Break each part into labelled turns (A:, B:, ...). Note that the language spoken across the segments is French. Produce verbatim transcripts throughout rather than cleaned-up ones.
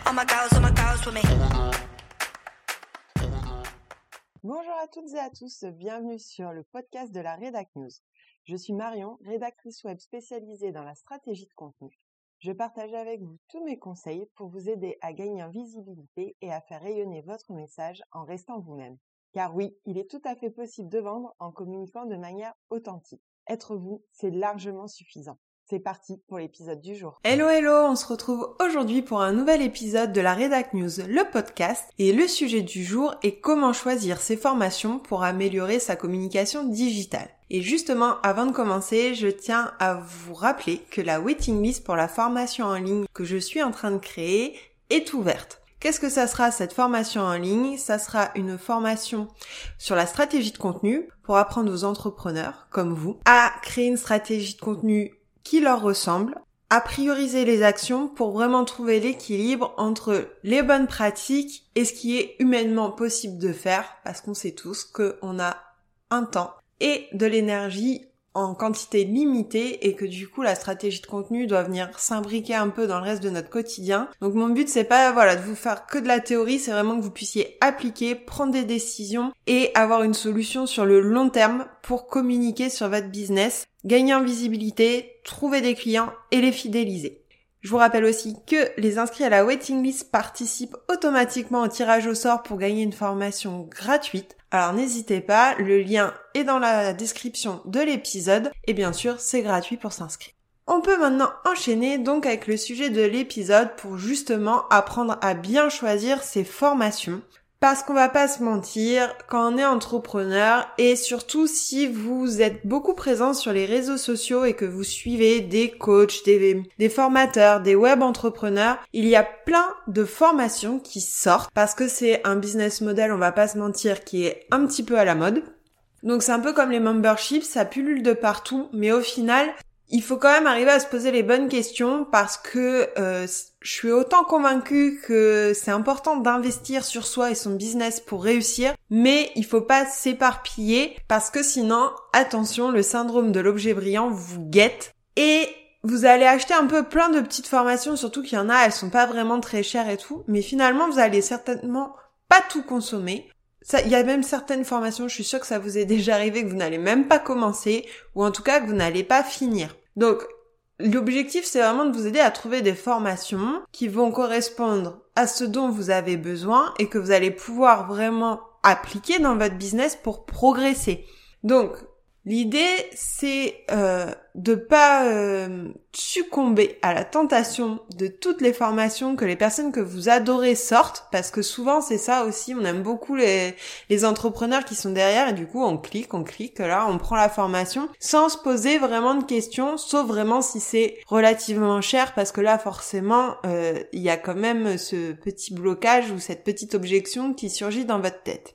A: All my girls, all my girls with me.
B: Bonjour à toutes et à tous, bienvenue sur le podcast de la Redac News. Je suis Marion, rédactrice web spécialisée dans la stratégie de contenu. Je partage avec vous tous mes conseils pour vous aider à gagner en visibilité et à faire rayonner votre message en restant vous-même. Car oui, il est tout à fait possible de vendre en communiquant de manière authentique. Être vous, c'est largement suffisant. C'est parti pour l'épisode du jour.
C: Hello hello, on se retrouve aujourd'hui pour un nouvel épisode de la Redac News, le podcast. Et le sujet du jour est comment choisir ses formations pour améliorer sa communication digitale. Et justement, avant de commencer, je tiens à vous rappeler que la waiting list pour la formation en ligne que je suis en train de créer est ouverte. Qu'est-ce que ça sera cette formation en ligne ? Ça sera une formation sur la stratégie de contenu pour apprendre aux entrepreneurs comme vous à créer une stratégie de contenu qui leur ressemble, à prioriser les actions pour vraiment trouver l'équilibre entre les bonnes pratiques et ce qui est humainement possible de faire, parce qu'on sait tous qu'on a un temps et de l'énergie en quantité limitée et que du coup la stratégie de contenu doit venir s'imbriquer un peu dans le reste de notre quotidien. Donc mon but c'est pas voilà de vous faire que de la théorie, c'est vraiment que vous puissiez appliquer, prendre des décisions et avoir une solution sur le long terme pour communiquer sur votre business, gagner en visibilité, trouver des clients et les fidéliser. Je vous rappelle aussi que les inscrits à la waiting list participent automatiquement au tirage au sort pour gagner une formation gratuite. Alors n'hésitez pas, le lien est dans la description de l'épisode et bien sûr c'est gratuit pour s'inscrire. On peut maintenant enchaîner donc avec le sujet de l'épisode pour justement apprendre à bien choisir ses formations. Parce qu'on va pas se mentir, quand on est entrepreneur et surtout si vous êtes beaucoup présent sur les réseaux sociaux et que vous suivez des coachs, des, des formateurs, des web entrepreneurs, il y a plein de formations qui sortent parce que c'est un business model, on va pas se mentir, qui est un petit peu à la mode. Donc c'est un peu comme les memberships, ça pullule de partout, mais au final, il faut quand même arriver à se poser les bonnes questions parce que euh, je suis autant convaincue que c'est important d'investir sur soi et son business pour réussir, mais il faut pas s'éparpiller parce que sinon, attention, le syndrome de l'objet brillant vous guette et vous allez acheter un peu plein de petites formations, surtout qu'il y en a, elles sont pas vraiment très chères et tout, mais finalement, vous allez certainement pas tout consommer. Ça, il y a même certaines formations, je suis sûre que ça vous est déjà arrivé, que vous n'allez même pas commencer, ou en tout cas que vous n'allez pas finir. Donc, l'objectif, c'est vraiment de vous aider à trouver des formations qui vont correspondre à ce dont vous avez besoin et que vous allez pouvoir vraiment appliquer dans votre business pour progresser. Donc, l'idée, c'est euh, de pas euh, succomber à la tentation de toutes les formations que les personnes que vous adorez sortent, parce que souvent c'est ça aussi, on aime beaucoup les, les entrepreneurs qui sont derrière et du coup on clique, on clique, là on prend la formation sans se poser vraiment de questions, sauf vraiment si c'est relativement cher, parce que là forcément euh, il y a quand même ce petit blocage ou cette petite objection qui surgit dans votre tête.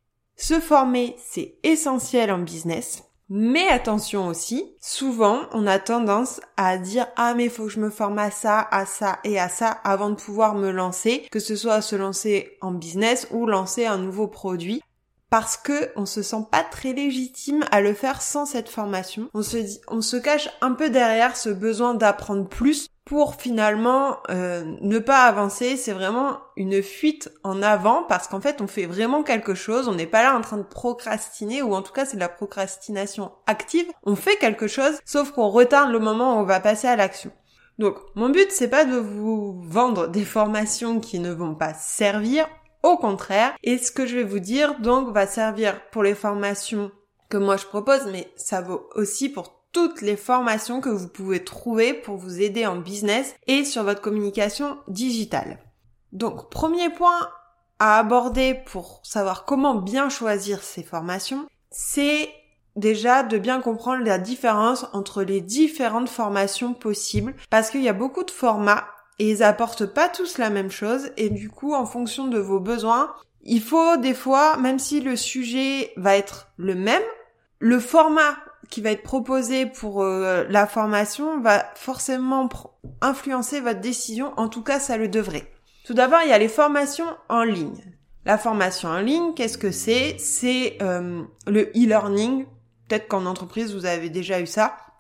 C: Se former, c'est essentiel en business. Mais attention aussi, souvent on a tendance à dire « Ah mais il faut que je me forme à ça, à ça et à ça avant de pouvoir me lancer », que ce soit se lancer en business ou lancer un nouveau produit, parce que on se sent pas très légitime à le faire sans cette formation. On se dit, on se cache un peu derrière ce besoin d'apprendre plus pour finalement euh, ne pas avancer. C'est vraiment une fuite en avant parce qu'en fait on fait vraiment quelque chose, on n'est pas là en train de procrastiner, ou en tout cas c'est de la procrastination active. On fait quelque chose, sauf qu'on retarde le moment où on va passer à l'action. Donc mon but c'est pas de vous vendre des formations qui ne vont pas servir, au contraire, et ce que je vais vous dire donc va servir pour les formations que moi je propose, mais ça vaut aussi pour toutes les formations que vous pouvez trouver pour vous aider en business et sur votre communication digitale. Donc, premier point à aborder pour savoir comment bien choisir ces formations, c'est déjà de bien comprendre la différence entre les différentes formations possibles, parce qu'il y a beaucoup de formats et ils apportent pas tous la même chose, et du coup, en fonction de vos besoins, il faut des fois, même si le sujet va être le même, le format qui va être proposé pour euh, la formation va forcément pr- influencer votre décision, en tout cas ça le devrait. Tout d'abord, il y a les formations en ligne. La formation en ligne, qu'est-ce que c'est ? C'est euh, le e-learning, peut-être qu'en entreprise vous avez déjà eu ça.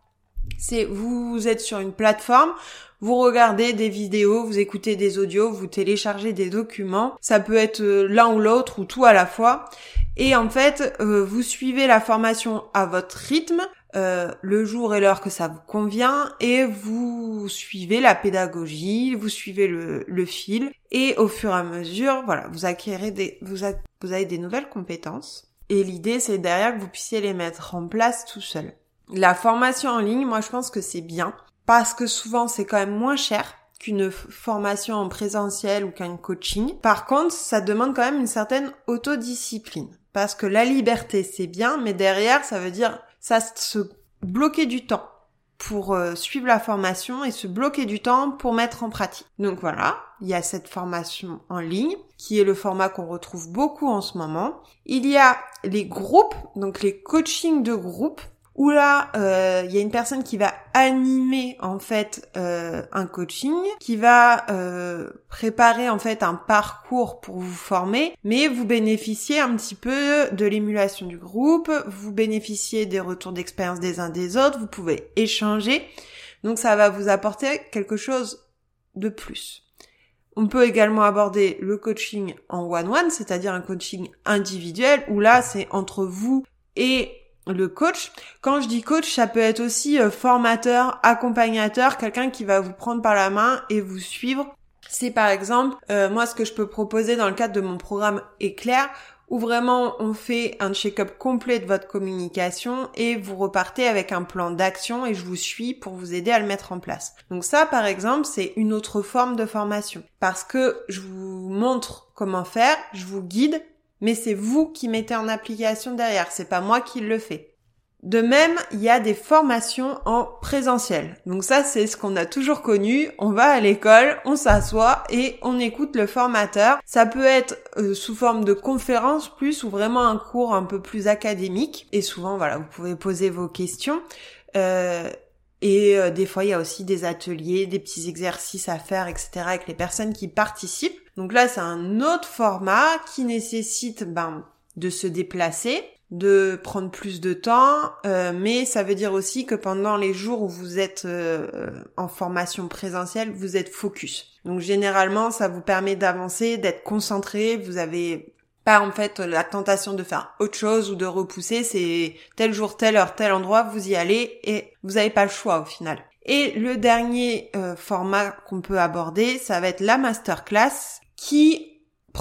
C: C'est vous êtes sur une plateforme, vous regardez des vidéos, vous écoutez des audios, vous téléchargez des documents. Ça peut être l'un ou l'autre ou tout à la fois. Et en fait, euh, vous suivez la formation à votre rythme, euh, le jour et l'heure que ça vous convient, et vous suivez la pédagogie, vous suivez le, le fil, et au fur et à mesure, voilà, vous acquérez des, vous, a, vous avez des nouvelles compétences. Et l'idée, c'est derrière que vous puissiez les mettre en place tout seul. La formation en ligne, moi, je pense que c'est bien, parce que souvent, c'est quand même moins cher qu'une formation en présentiel ou qu'un coaching. Par contre, ça demande quand même une certaine autodiscipline. Parce que la liberté, c'est bien, mais derrière, ça veut dire ça se bloquer du temps pour euh, suivre la formation et se bloquer du temps pour mettre en pratique. Donc voilà, il y a cette formation en ligne, qui est le format qu'on retrouve beaucoup en ce moment. Il y a les groupes, donc les coachings de groupe, où là, euh, il y a une personne qui va animer en fait euh, un coaching, qui va euh, préparer en fait un parcours pour vous former, mais vous bénéficiez un petit peu de l'émulation du groupe, vous bénéficiez des retours d'expérience des uns des autres, vous pouvez échanger, donc ça va vous apporter quelque chose de plus. On peut également aborder le coaching en one-one, c'est-à-dire un coaching individuel, où là c'est entre vous et le coach. Quand je dis coach, ça peut être aussi euh, formateur, accompagnateur, quelqu'un qui va vous prendre par la main et vous suivre. C'est par exemple, euh, moi ce que je peux proposer dans le cadre de mon programme Éclair, où vraiment on fait un check-up complet de votre communication et vous repartez avec un plan d'action et je vous suis pour vous aider à le mettre en place. Donc ça par exemple, c'est une autre forme de formation. Parce que je vous montre comment faire, je vous guide, mais c'est vous qui mettez en application derrière, c'est pas moi qui le fais. De même, il y a des formations en présentiel. Donc ça, c'est ce qu'on a toujours connu. On va à l'école, on s'assoit et on écoute le formateur. Ça peut être euh, sous forme de conférence plus ou vraiment un cours un peu plus académique. Et souvent, voilà, vous pouvez poser vos questions. Euh, et euh, des fois, il y a aussi des ateliers, des petits exercices à faire, et cetera avec les personnes qui participent. Donc là, c'est un autre format qui nécessite ben, de se déplacer, de prendre plus de temps, euh, mais ça veut dire aussi que pendant les jours où vous êtes euh, en formation présentielle, vous êtes focus. Donc généralement, ça vous permet d'avancer, d'être concentré, vous avez pas en fait la tentation de faire autre chose ou de repousser, c'est tel jour, telle heure, tel endroit, vous y allez et vous n'avez pas le choix au final. Et le dernier euh, format qu'on peut aborder, ça va être la masterclass qui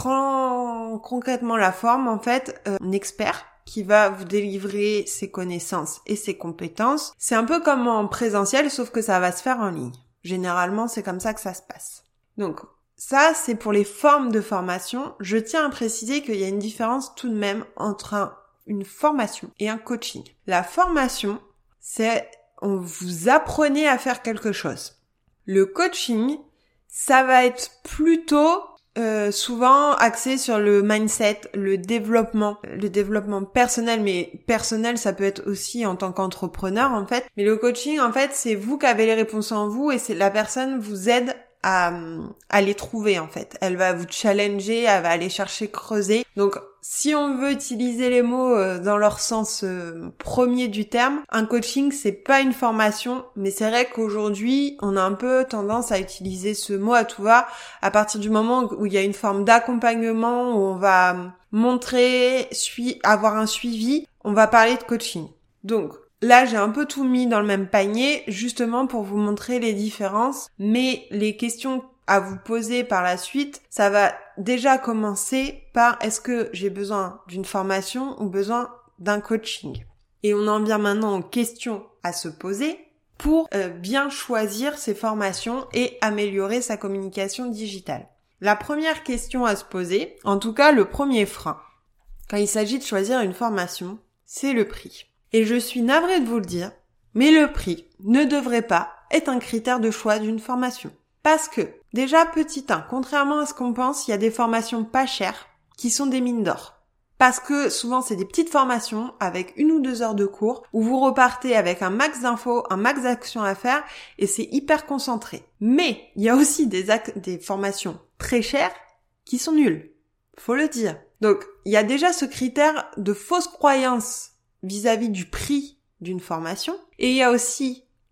C: prend concrètement la forme en fait euh, un expert qui va vous délivrer ses connaissances et ses compétences. C'est un peu comme en présentiel, sauf que ça va se faire en ligne. Généralement, c'est comme ça que ça se passe. Donc, ça, c'est pour les formes de formation. Je tiens à préciser qu'il y a une différence tout de même entre un, une formation et un coaching. La formation, c'est on vous apprenez à faire quelque chose. Le coaching, ça va être plutôt Euh, souvent axé sur le mindset, le développement, le développement personnel, mais personnel ça peut être aussi en tant qu'entrepreneur en fait. Mais le coaching en fait c'est vous qui avez les réponses en vous et c'est la personne vous aide à, à les trouver en fait. Elle va vous challenger, elle va aller chercher creuser. Donc si on veut utiliser les mots euh, dans leur sens euh, premier du terme, un coaching c'est pas une formation, mais c'est vrai qu'aujourd'hui on a un peu tendance à utiliser ce mot à tout va à partir du moment où il y a une forme d'accompagnement, où on va montrer, sui- avoir un suivi, on va parler de coaching. Donc là, j'ai un peu tout mis dans le même panier, justement pour vous montrer les différences, mais les questions à vous poser par la suite, ça va déjà commencer par est-ce que j'ai besoin d'une formation ou besoin d'un coaching? Et on en vient maintenant aux questions à se poser pour euh, bien choisir ses formations et améliorer sa communication digitale. La première question à se poser, en tout cas le premier frein, quand il s'agit de choisir une formation, c'est le prix. Et je suis navrée de vous le dire, mais le prix ne devrait pas être un critère de choix d'une formation. Parce que, déjà petit un, contrairement à ce qu'on pense, il y a des formations pas chères qui sont des mines d'or. Parce que souvent c'est des petites formations avec une ou deux heures de cours où vous repartez avec un max d'infos, un max d'actions à faire et c'est hyper concentré. Mais il y a aussi des, ac- des formations très chères qui sont nulles. Faut le dire. Donc il y a déjà ce critère de fausse croyance vis-à-vis du prix d'une formation. Et il y a aussi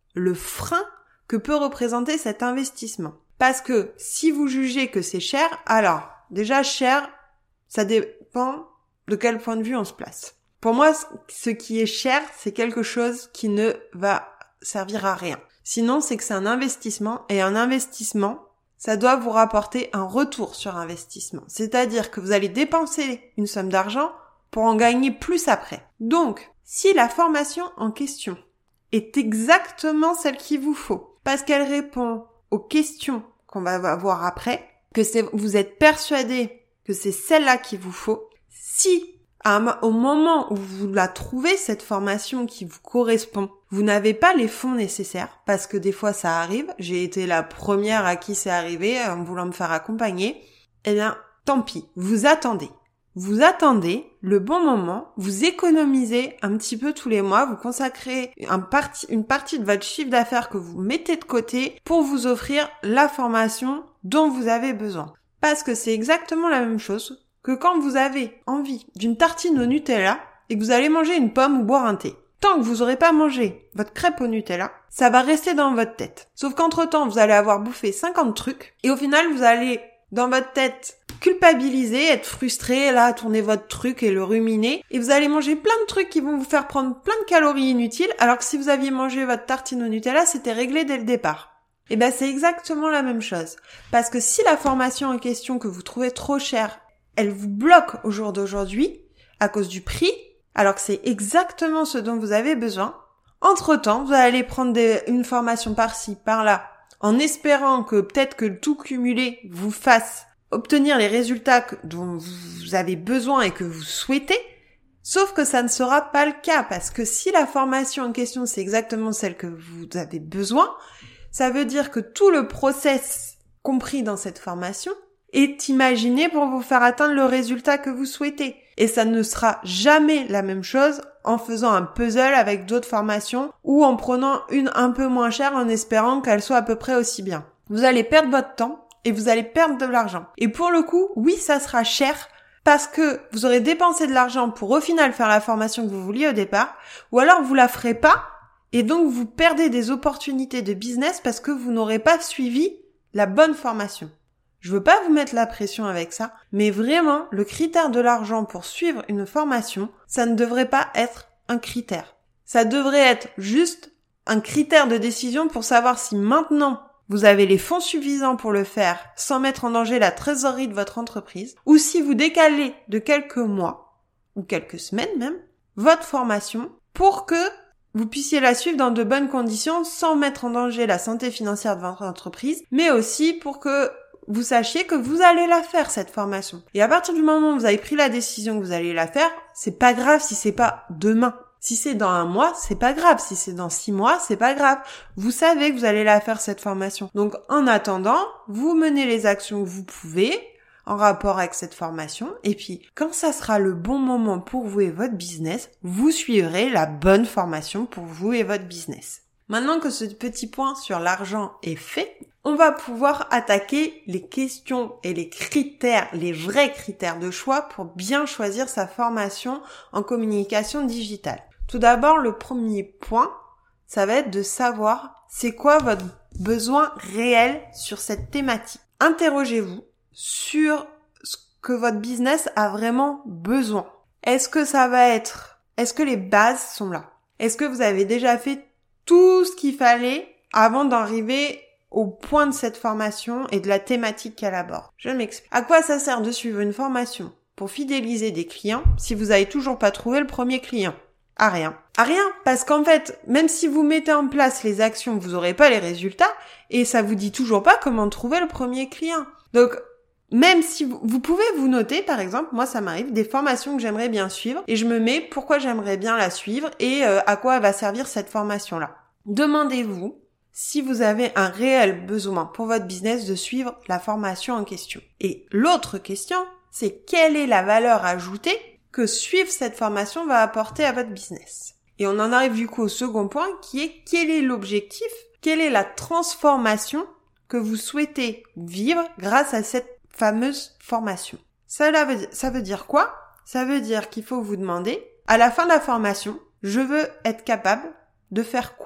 C: le frein que peut représenter cet investissement. Parce que si vous jugez que c'est cher, alors déjà cher, ça dépend de quel point de vue on se place. Pour moi, ce qui est cher, c'est quelque chose qui ne va servir à rien. Sinon, c'est que c'est un investissement, et un investissement, ça doit vous rapporter un retour sur investissement. C'est-à-dire que vous allez dépenser une somme d'argent pour en gagner plus après. Donc, si la formation en question est exactement celle qu'il vous faut, parce qu'elle répond aux questions qu'on va avoir après, que c'est, vous êtes persuadé que c'est celle-là qu'il vous faut, si à, au moment où vous la trouvez, cette formation qui vous correspond, vous n'avez pas les fonds nécessaires, parce que des fois ça arrive, j'ai été la première à qui c'est arrivé en voulant me faire accompagner, eh bien, tant pis, vous attendez. Vous attendez le bon moment, vous économisez un petit peu tous les mois, vous consacrez un parti, une partie de votre chiffre d'affaires que vous mettez de côté pour vous offrir la formation dont vous avez besoin. Parce que c'est exactement la même chose que quand vous avez envie d'une tartine au Nutella et que vous allez manger une pomme ou boire un thé. Tant que vous n'aurez pas mangé votre crêpe au Nutella, ça va rester dans votre tête. Sauf qu'entre-temps, vous allez avoir bouffé cinquante trucs et au final, vous allez, dans votre tête, culpabiliser, être frustré, là, tourner votre truc et le ruminer. Et vous allez manger plein de trucs qui vont vous faire prendre plein de calories inutiles, alors que si vous aviez mangé votre tartine au Nutella, c'était réglé dès le départ. Et ben, c'est exactement la même chose. Parce que si la formation en question que vous trouvez trop chère, elle vous bloque au jour d'aujourd'hui, à cause du prix, alors que c'est exactement ce dont vous avez besoin, entre-temps, vous allez prendre des, une formation par-ci, par-là, en espérant que peut-être que le tout cumulé vous fasse obtenir les résultats que, dont vous avez besoin et que vous souhaitez, sauf que ça ne sera pas le cas, parce que si la formation en question c'est exactement celle que vous avez besoin, ça veut dire que tout le process compris dans cette formation est imaginé pour vous faire atteindre le résultat que vous souhaitez. Et ça ne sera jamais la même chose en faisant un puzzle avec d'autres formations ou en prenant une un peu moins chère en espérant qu'elle soit à peu près aussi bien. Vous allez perdre votre temps et vous allez perdre de l'argent. Et pour le coup, oui, ça sera cher parce que vous aurez dépensé de l'argent pour au final faire la formation que vous vouliez au départ, ou alors vous la ferez pas et donc vous perdez des opportunités de business parce que vous n'aurez pas suivi la bonne formation. Je veux pas vous mettre la pression avec ça, mais vraiment, le critère de l'argent pour suivre une formation, ça ne devrait pas être un critère. Ça devrait être juste un critère de décision pour savoir si maintenant vous avez les fonds suffisants pour le faire sans mettre en danger la trésorerie de votre entreprise, ou si vous décalez de quelques mois, ou quelques semaines même, votre formation pour que vous puissiez la suivre dans de bonnes conditions sans mettre en danger la santé financière de votre entreprise, mais aussi pour que vous sachiez que vous allez la faire, cette formation. Et à partir du moment où vous avez pris la décision que vous allez la faire, c'est pas grave si c'est pas demain. Si c'est dans un mois, c'est pas grave. Si c'est dans six mois, c'est pas grave. Vous savez que vous allez la faire, cette formation. Donc, en attendant, vous menez les actions que vous pouvez en rapport avec cette formation. Et puis, quand ça sera le bon moment pour vous et votre business, vous suivrez la bonne formation pour vous et votre business. Maintenant que ce petit point sur l'argent est fait, on va pouvoir attaquer les questions et les critères, les vrais critères de choix pour bien choisir sa formation en communication digitale. Tout d'abord, le premier point, ça va être de savoir c'est quoi votre besoin réel sur cette thématique. Interrogez-vous sur ce que votre business a vraiment besoin. Est-ce que ça va être, est-ce que les bases sont là? Est-ce que vous avez déjà fait tout ce qu'il fallait avant d'arriver au point de cette formation et de la thématique qu'elle aborde? Je m'explique. À quoi ça sert de suivre une formation pour fidéliser des clients si vous avez toujours pas trouvé le premier client? À rien. À rien, parce qu'en fait, même si vous mettez en place les actions, vous aurez pas les résultats et ça vous dit toujours pas comment trouver le premier client. Donc, même si vous, vous pouvez vous noter, par exemple, moi ça m'arrive, des formations que j'aimerais bien suivre et je me mets pourquoi j'aimerais bien la suivre et euh, à quoi va servir cette formation-là. Demandez-vous si vous avez un réel besoin pour votre business de suivre la formation en question. Et l'autre question, c'est quelle est la valeur ajoutée que suivre cette formation va apporter à votre business. Et on en arrive du coup au second point qui est quel est l'objectif, quelle est la transformation que vous souhaitez vivre grâce à cette fameuse formation. Ça, veut, ça veut dire quoi? Ça veut dire qu'il faut vous demander, à la fin de la formation, je veux être capable de faire quoi?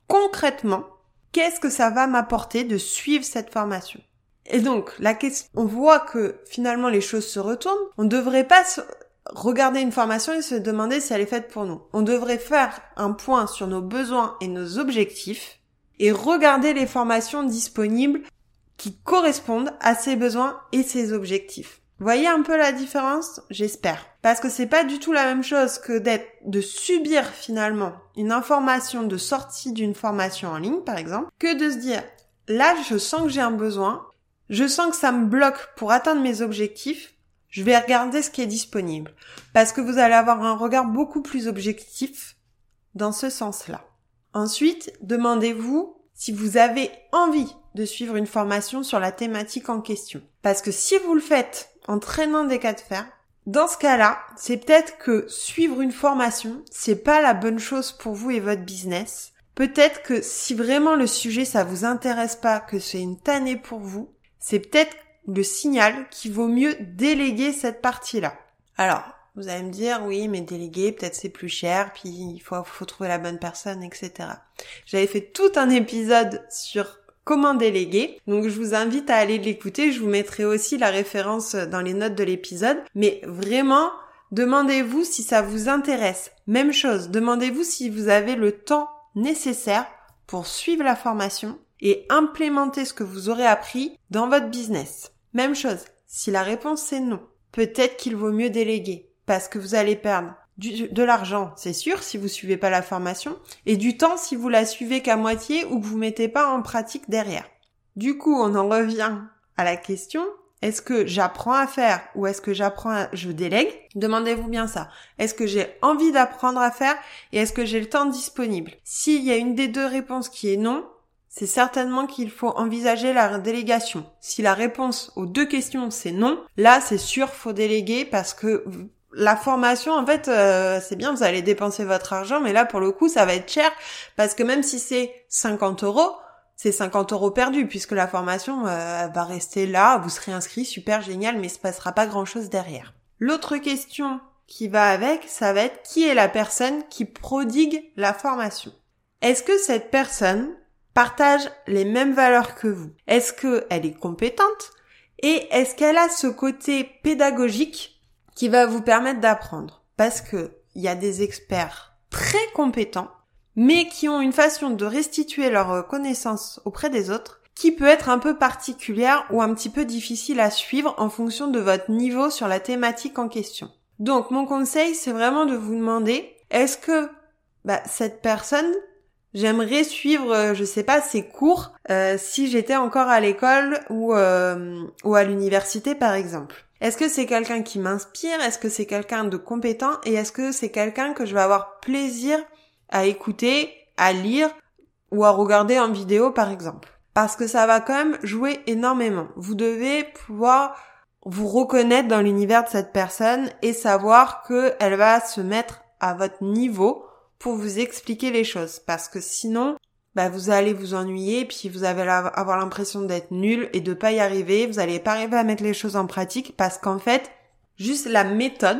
C: concrètement, qu'est-ce que ça va m'apporter de suivre cette formation? Et donc, la question, on voit que finalement les choses se retournent. On ne devrait pas se regarder une formation et se demander si elle est faite pour nous. On devrait faire un point sur nos besoins et nos objectifs et regarder les formations disponibles qui correspondent à ces besoins et ces objectifs. Voyez un peu la différence? J'espère. Parce que c'est pas du tout la même chose que d'être, de subir finalement une information de sortie d'une formation en ligne, par exemple, que de se dire, là, je sens que j'ai un besoin, je sens que ça me bloque pour atteindre mes objectifs, je vais regarder ce qui est disponible. Parce que vous allez avoir un regard beaucoup plus objectif dans ce sens-là. Ensuite, demandez-vous si vous avez envie de suivre une formation sur la thématique en question. Parce que si vous le faites en traînant des cas de fer, dans ce cas-là, c'est peut-être que suivre une formation, c'est pas la bonne chose pour vous et votre business. Peut-être que si vraiment le sujet ça vous intéresse pas, que c'est une tannée pour vous, c'est peut-être le signal qu'il vaut mieux déléguer cette partie-là. Alors, vous allez me dire, oui, mais déléguer, peut-être c'est plus cher, puis il faut, faut trouver la bonne personne, et cetera. J'avais fait tout un épisode sur comment déléguer, donc je vous invite à aller l'écouter, je vous mettrai aussi la référence dans les notes de l'épisode, mais vraiment, demandez-vous si ça vous intéresse. Même chose, demandez-vous si vous avez le temps nécessaire pour suivre la formation et implémenter ce que vous aurez appris dans votre business. Même chose, si la réponse c'est non, peut-être qu'il vaut mieux déléguer parce que vous allez perdre du, de l'argent, c'est sûr, si vous suivez pas la formation, et du temps si vous la suivez qu'à moitié ou que vous mettez pas en pratique derrière. Du coup, on en revient à la question, est-ce que j'apprends à faire ou est-ce que j'apprends à, je délègue? Demandez-vous bien ça. Est-ce que j'ai envie d'apprendre à faire et est-ce que j'ai le temps disponible? S'il y a une des deux réponses qui est non, c'est certainement qu'il faut envisager la délégation. Si la réponse aux deux questions c'est non, là c'est sûr faut déléguer parce que la formation en fait euh, c'est bien, vous allez dépenser votre argent, mais là pour le coup ça va être cher parce que même si c'est cinquante euros, c'est cinquante euros perdus puisque la formation euh, va rester là, vous serez inscrit, super génial, mais il se passera pas grand chose derrière. L'autre question qui va avec, ça va être qui est la personne qui prodigue la formation? Est-ce que cette personne partage les mêmes valeurs que vous? Est-ce qu'elle est compétente? Et est-ce qu'elle a ce côté pédagogique qui va vous permettre d'apprendre? Parce que il y a des experts très compétents, mais qui ont une façon de restituer leurs connaissances auprès des autres qui peut être un peu particulière ou un petit peu difficile à suivre en fonction de votre niveau sur la thématique en question. Donc, mon conseil, c'est vraiment de vous demander, est-ce que bah, cette personne, j'aimerais suivre, je sais pas, ses cours euh, si j'étais encore à l'école ou, euh, ou à l'université, par exemple. Est-ce que c'est quelqu'un qui m'inspire? Est-ce que c'est quelqu'un de compétent? Et est-ce que c'est quelqu'un que je vais avoir plaisir à écouter, à lire ou à regarder en vidéo, par exemple? Parce que ça va quand même jouer énormément. Vous devez pouvoir vous reconnaître dans l'univers de cette personne et savoir qu'elle va se mettre à votre niveau pour vous expliquer les choses. Parce que sinon, bah, vous allez vous ennuyer, puis vous allez avoir l'impression d'être nul et de pas y arriver. Vous allez pas arriver à mettre les choses en pratique parce qu'en fait, juste la méthode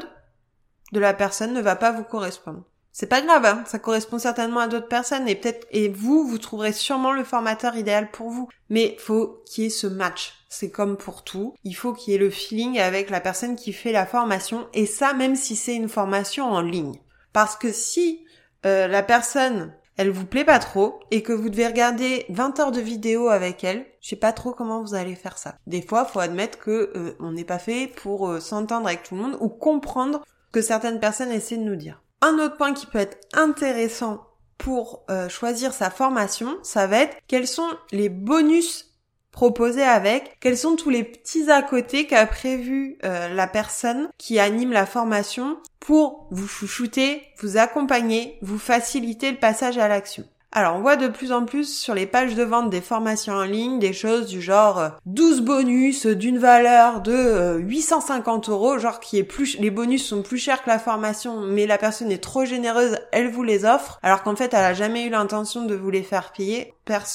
C: de la personne ne va pas vous correspondre. C'est pas grave, hein, ça correspond certainement à d'autres personnes et peut-être, et vous, vous trouverez sûrement le formateur idéal pour vous. Mais faut qu'il y ait ce match. C'est comme pour tout. Il faut qu'il y ait le feeling avec la personne qui fait la formation et ça, même si c'est une formation en ligne. Parce que si euh, la personne, elle vous plaît pas trop et que vous devez regarder vingt heures de vidéo avec elle, je sais pas trop comment vous allez faire ça. Des fois, faut admettre que euh, on n'est pas fait pour euh, s'entendre avec tout le monde ou comprendre ce que certaines personnes essaient de nous dire. Un autre point qui peut être intéressant pour euh, choisir sa formation, ça va être quels sont les bonus proposés avec, quels sont tous les petits à côté qu'a prévu euh, la personne qui anime la formation pour vous chouchouter, vous accompagner, vous faciliter le passage à l'action. Alors, on voit de plus en plus sur les pages de vente des formations en ligne des choses du genre euh, douze bonus d'une valeur de euh, huit cent cinquante euros, genre qui est plus, les bonus sont plus chers que la formation, mais la personne est trop généreuse, elle vous les offre, alors qu'en fait, elle a jamais eu l'intention de vous les faire payer. Perso,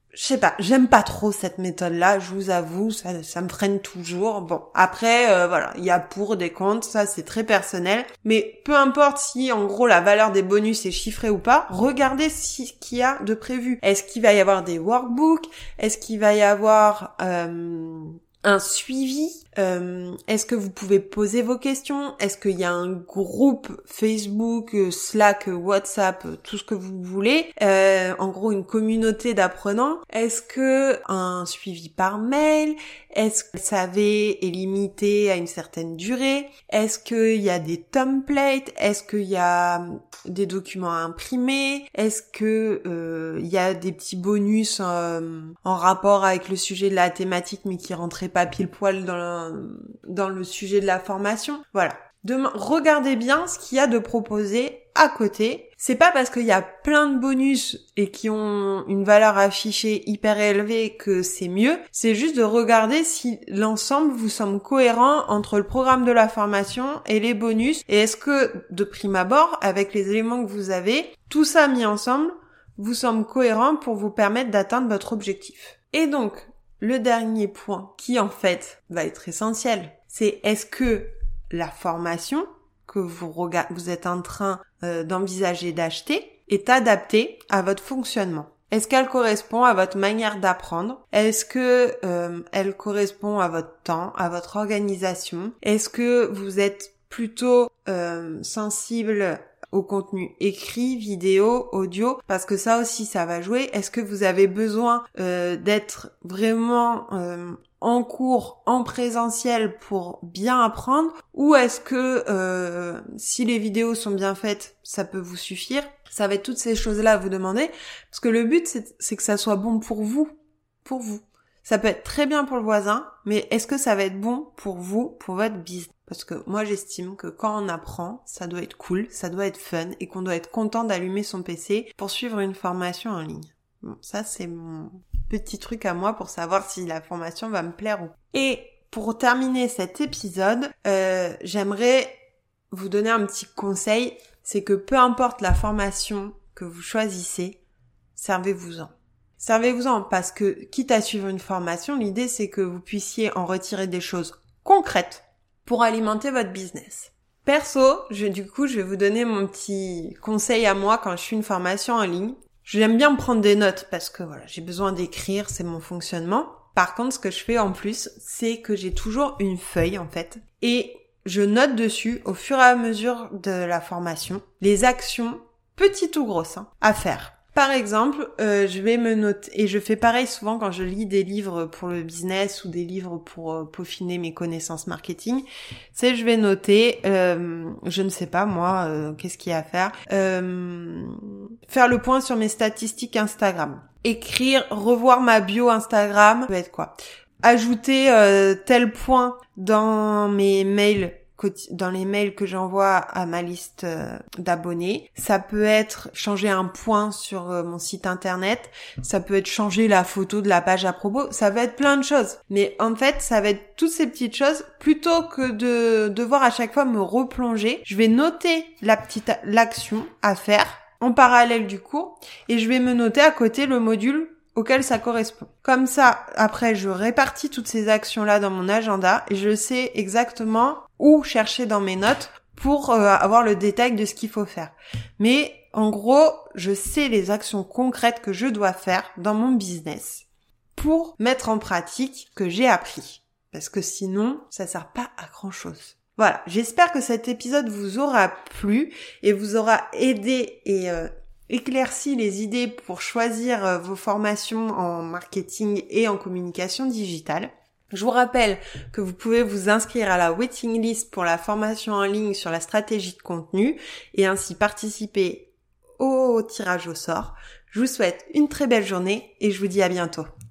C: je sais pas, j'aime pas trop cette méthode-là, je vous avoue, ça, ça me freine toujours. Bon, après, euh, voilà, il y a pour, des contre, ça c'est très personnel. Mais peu importe si, en gros, la valeur des bonus est chiffrée ou pas, regardez ce qu'il y a de prévu. Est-ce qu'il va y avoir des workbooks? Est-ce qu'il va y avoir... Euh... un suivi, euh, est-ce que vous pouvez poser vos questions, est-ce qu'il y a un groupe Facebook, Slack, WhatsApp, tout ce que vous voulez, euh, en gros une communauté d'apprenants, est-ce que un suivi par mail, est-ce que le S A V est limité à une certaine durée, est-ce qu'il y a des templates, est-ce qu'il y a des documents à imprimer, est-ce que euh, il y a des petits bonus euh, en rapport avec le sujet de la thématique mais qui rentraient pas pile poil dans le, dans le sujet de la formation. Voilà. Demain, regardez bien ce qu'il y a de proposé à côté. C'est pas parce qu'il y a plein de bonus et qui ont une valeur affichée hyper élevée que c'est mieux. C'est juste de regarder si l'ensemble vous semble cohérent entre le programme de la formation et les bonus. Et est-ce que, de prime abord, avec les éléments que vous avez, tout ça mis ensemble vous semble cohérent pour vous permettre d'atteindre votre objectif. Et donc, le dernier point qui en fait va être essentiel, c'est est-ce que la formation que vous regardez, vous êtes en train euh, d'envisager d'acheter est adaptée à votre fonctionnement? Est-ce qu'elle correspond à votre manière d'apprendre? Est-ce que euh, elle correspond à votre temps, à votre organisation? Est-ce que vous êtes plutôt euh, sensible au contenu écrit, vidéo, audio, parce que ça aussi ça va jouer. Est-ce que vous avez besoin euh, d'être vraiment euh, en cours, en présentiel pour bien apprendre, ou est-ce que euh, si les vidéos sont bien faites, ça peut vous suffire? Ça va être toutes ces choses-là à vous demander, parce que le but c'est, c'est que ça soit bon pour vous, pour vous. Ça peut être très bien pour le voisin, mais est-ce que ça va être bon pour vous, pour votre business? Parce que moi j'estime que quand on apprend, ça doit être cool, ça doit être fun, et qu'on doit être content d'allumer son P C pour suivre une formation en ligne. Bon, ça c'est mon petit truc à moi pour savoir si la formation va me plaire ou pas. Et pour terminer cet épisode, euh, j'aimerais vous donner un petit conseil, c'est que peu importe la formation que vous choisissez, servez-vous-en. Servez-vous-en parce que, quitte à suivre une formation, l'idée c'est que vous puissiez en retirer des choses concrètes pour alimenter votre business. Perso, je, du coup, je vais vous donner mon petit conseil à moi quand je suis une formation en ligne. J'aime bien me prendre des notes parce que voilà, j'ai besoin d'écrire, c'est mon fonctionnement. Par contre, ce que je fais en plus, c'est que j'ai toujours une feuille en fait et je note dessus au fur et à mesure de la formation les actions, petites ou grosses, hein, à faire. Par exemple, euh, je vais me noter, et je fais pareil souvent quand je lis des livres pour le business ou des livres pour euh, peaufiner mes connaissances marketing, c'est je vais noter, euh, je ne sais pas moi, euh, qu'est-ce qu'il y a à faire, euh, faire le point sur mes statistiques Instagram, écrire, revoir ma bio Instagram, ça peut être quoi, ajouter euh, tel point dans mes mails, dans les mails que j'envoie à ma liste d'abonnés. Ça peut être changer un point sur mon site internet, ça peut être changer la photo de la page à propos, ça va être plein de choses. Mais en fait, ça va être toutes ces petites choses, plutôt que de devoir à chaque fois me replonger, je vais noter la petite l'action à faire en parallèle du cours et je vais me noter à côté le module auquel ça correspond. Comme ça, après, je répartis toutes ces actions-là dans mon agenda et je sais exactement où chercher dans mes notes pour euh, avoir le détail de ce qu'il faut faire. Mais en gros, je sais les actions concrètes que je dois faire dans mon business pour mettre en pratique ce que j'ai appris. Parce que sinon, ça sert pas à grand-chose. Voilà, j'espère que cet épisode vous aura plu et vous aura aidé et euh, éclairci les idées pour choisir euh, vos formations en marketing et en communication digitale. Je vous rappelle que vous pouvez vous inscrire à la waiting list pour la formation en ligne sur la stratégie de contenu et ainsi participer au tirage au sort. Je vous souhaite une très belle journée et je vous dis à bientôt.